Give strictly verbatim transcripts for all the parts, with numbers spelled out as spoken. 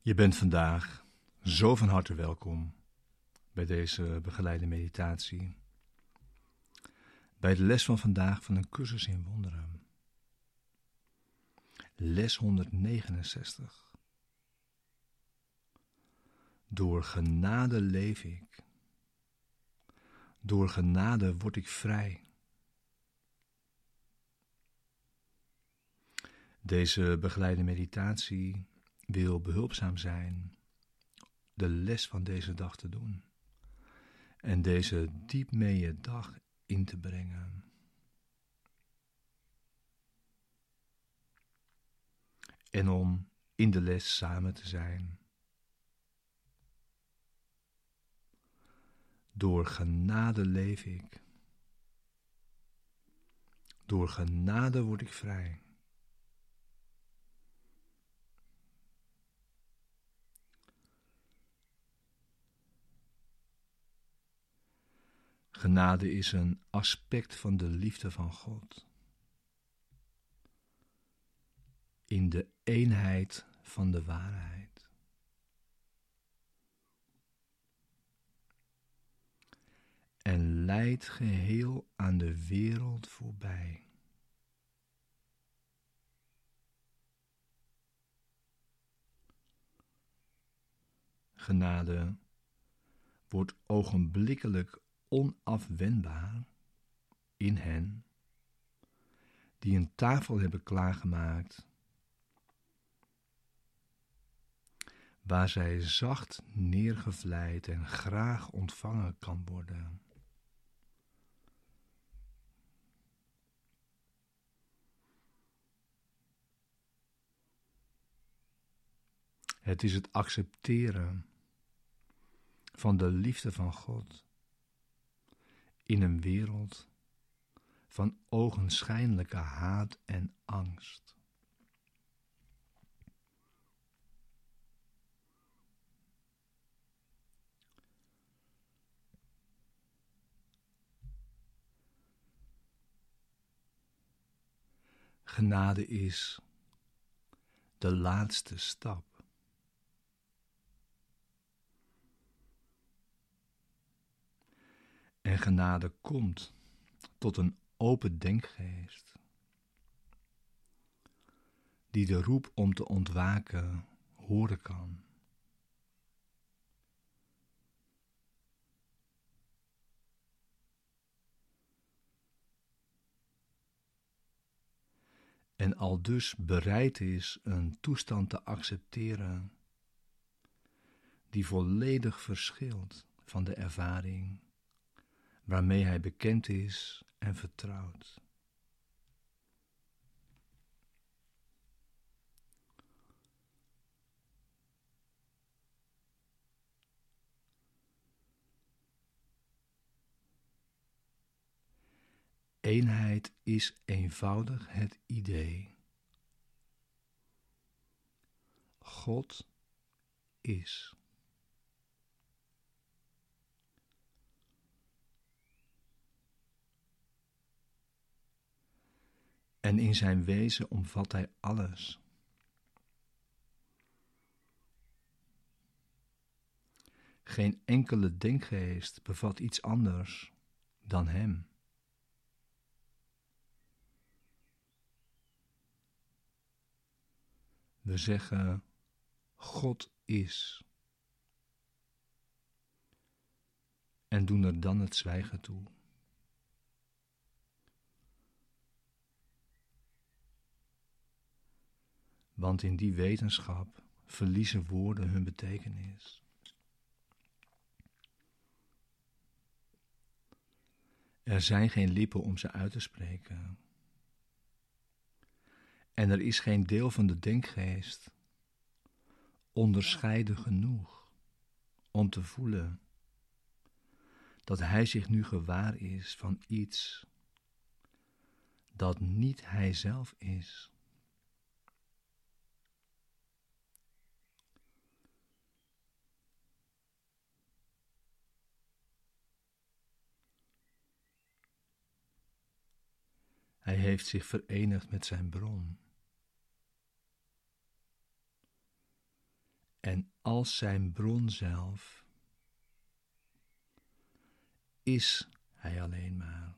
Je bent vandaag zo van harte welkom bij deze begeleide meditatie. Bij de les van vandaag van een cursus in wonderen. Les honderdnegenenzestig. Door genade leef ik. Door genade word ik vrij. Deze begeleide meditatie wil behulpzaam zijn de les van deze dag te doen en deze diep mee dag in te brengen. En om in de les samen te zijn. Door genade leef ik. Door genade word ik vrij. Genade is een aspect van de liefde van God. In de eenheid van de waarheid. En leidt geheel aan de wereld voorbij. Genade wordt ogenblikkelijk onafwendbaar in hen die een tafel hebben klaargemaakt, waar zij zacht neergevlijd en graag ontvangen kan worden. Het is het accepteren van de liefde van God in een wereld van ogenschijnlijke haat en angst. Genade is de laatste stap. En genade komt tot een open denkgeest, die de roep om te ontwaken horen kan. En aldus bereid is een toestand te accepteren die volledig verschilt van de ervaring waarmee hij bekend is en vertrouwt. Eenheid is eenvoudig het idee. God is. En in zijn wezen omvat hij alles. Geen enkele denkgeest bevat iets anders dan hem. We zeggen, God is. En doen er dan het zwijgen toe. Want in die wetenschap verliezen woorden hun betekenis. Er zijn geen lippen om ze uit te spreken. En er is geen deel van de denkgeest onderscheiden genoeg om te voelen dat hij zich nu gewaar is van iets dat niet hij zelf is. Hij heeft zich verenigd met zijn bron. En als zijn bron zelf is hij alleen maar.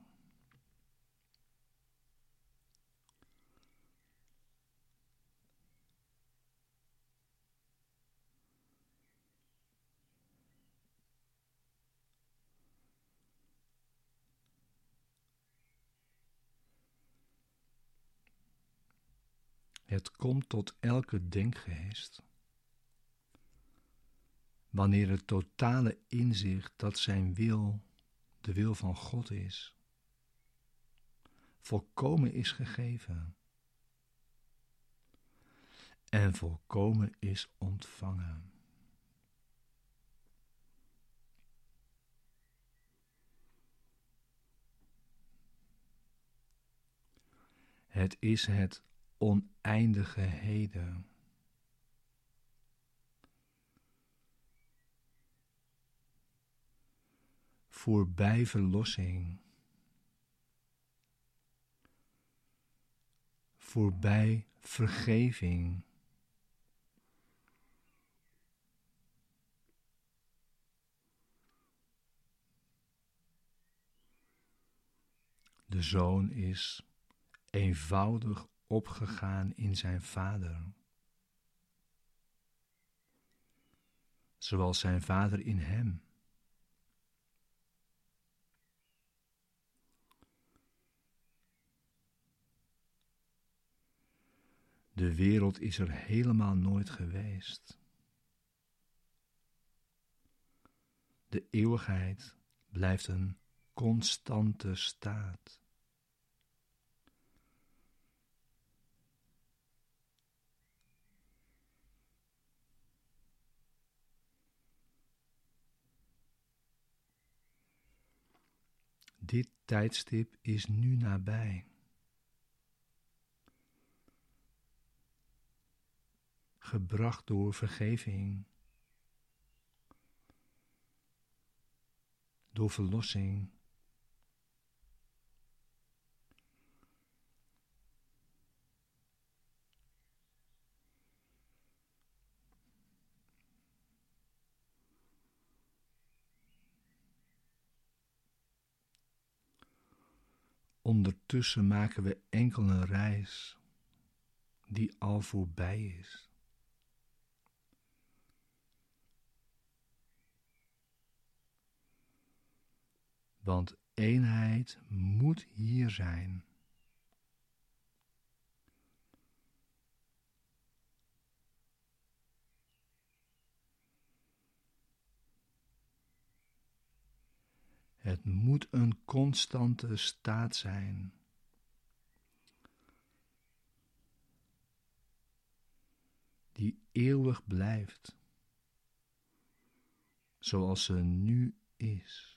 Het komt tot elke denkgeest wanneer het totale inzicht dat zijn wil de wil van God is, volkomen is gegeven en volkomen is ontvangen. Het is het oneindige heden. Voorbij verlossing. Voorbij vergeving. De Zoon is eenvoudig opgegaan in zijn Vader, zoals zijn Vader in hem. De wereld is er helemaal nooit geweest. De eeuwigheid blijft een constante staat. Dit tijdstip is nu nabij. Gebracht door vergeving, door verlossing. Ondertussen maken we enkel een reis die al voorbij is. Want eenheid moet hier zijn. Het moet een constante staat zijn. Die eeuwig blijft, zoals ze nu is.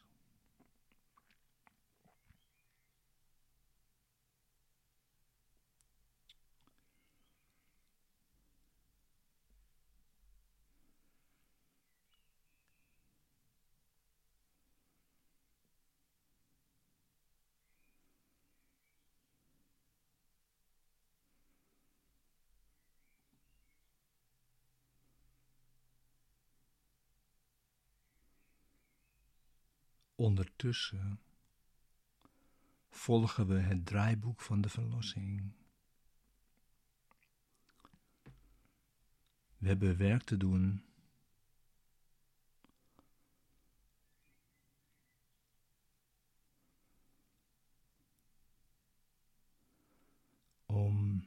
Ondertussen volgen we het draaiboek van de verlossing. We hebben werk te doen. Om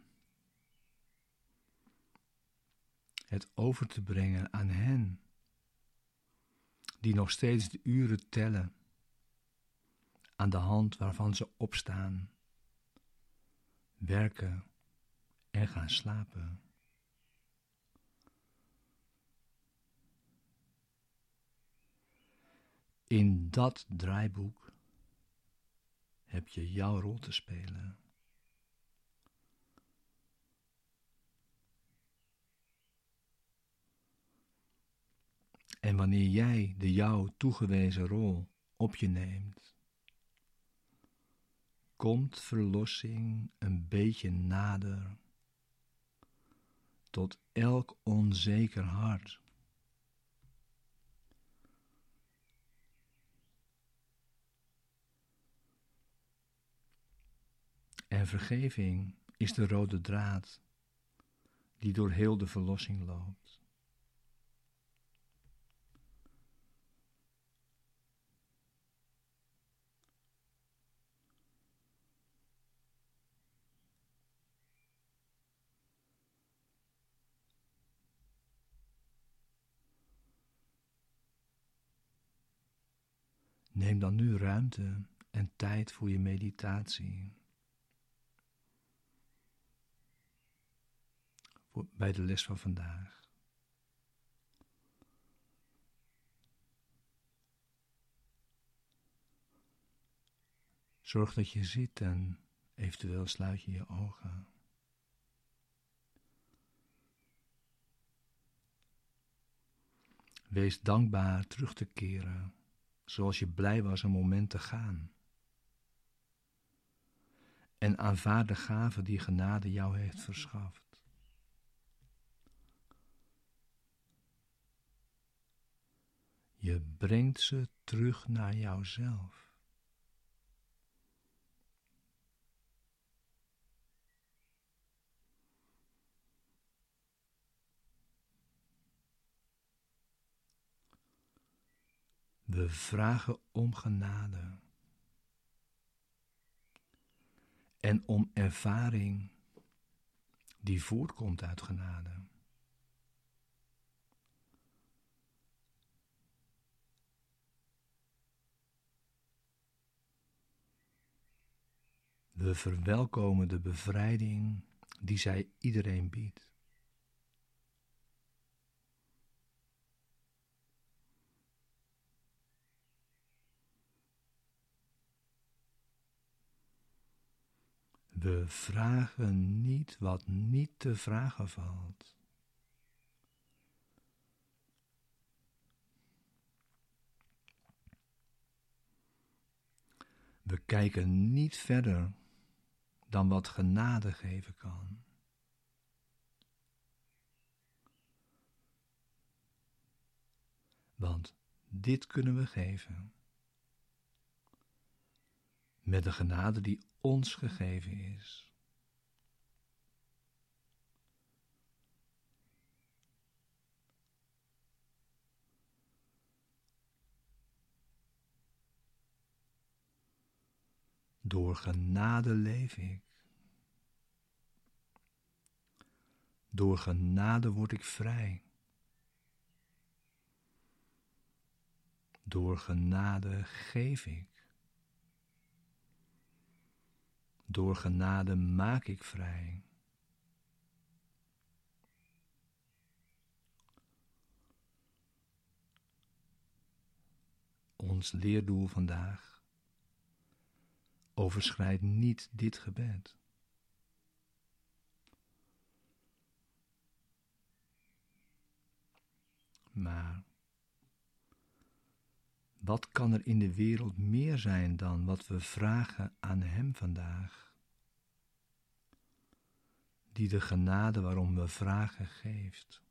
het over te brengen aan hen die nog steeds de uren tellen, aan de hand waarvan ze opstaan, werken en gaan slapen. In dat draaiboek heb je jouw rol te spelen. En wanneer jij de jou toegewezen rol op je neemt, komt verlossing een beetje nader tot elk onzeker hart. En vergeving is de rode draad die door heel de verlossing loopt. Neem dan nu ruimte en tijd voor je meditatie. Voor, bij de les van vandaag. Zorg dat je zit en eventueel sluit je je ogen. Wees dankbaar terug te keren, zoals je blij was een moment te gaan. En aanvaard de gave die genade jou heeft verschaft. Je brengt ze terug naar jouzelf. We vragen om genade en om ervaring die voortkomt uit genade. We verwelkomen de bevrijding die zij iedereen biedt. We vragen niet wat niet te vragen valt. We kijken niet verder dan wat genade geven kan. Want dit kunnen we geven. Met de genade die ons gegeven is. Door genade leef ik. Door genade word ik vrij. Door genade geef ik. Door genade maak ik vrij. Ons leerdoel vandaag overschrijdt niet dit gebed. Maar wat kan er in de wereld meer zijn dan wat we vragen aan Hem vandaag, die de genade waarom we vragen geeft?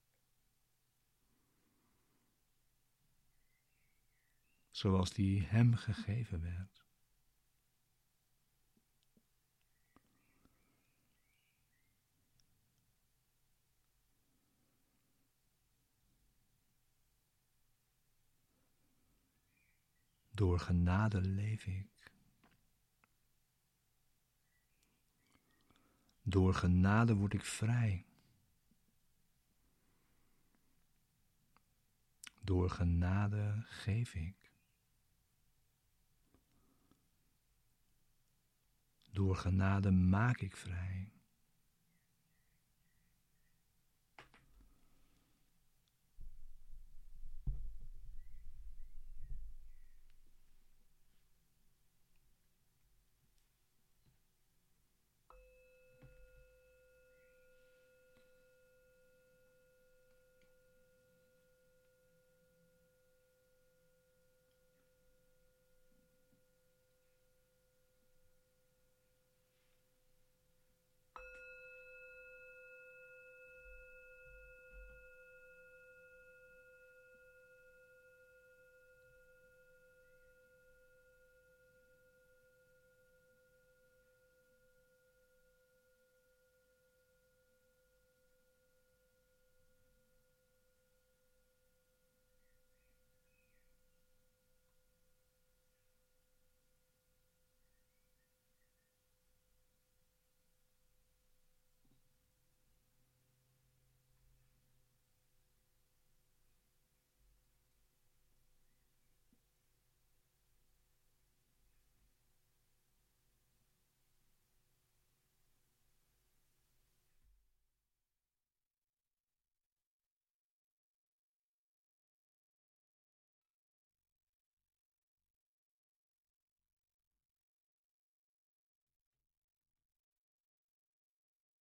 Zoals die Hem gegeven werd. Door genade leef ik. Door genade word ik vrij. Door genade geef ik. Door genade maak ik vrij.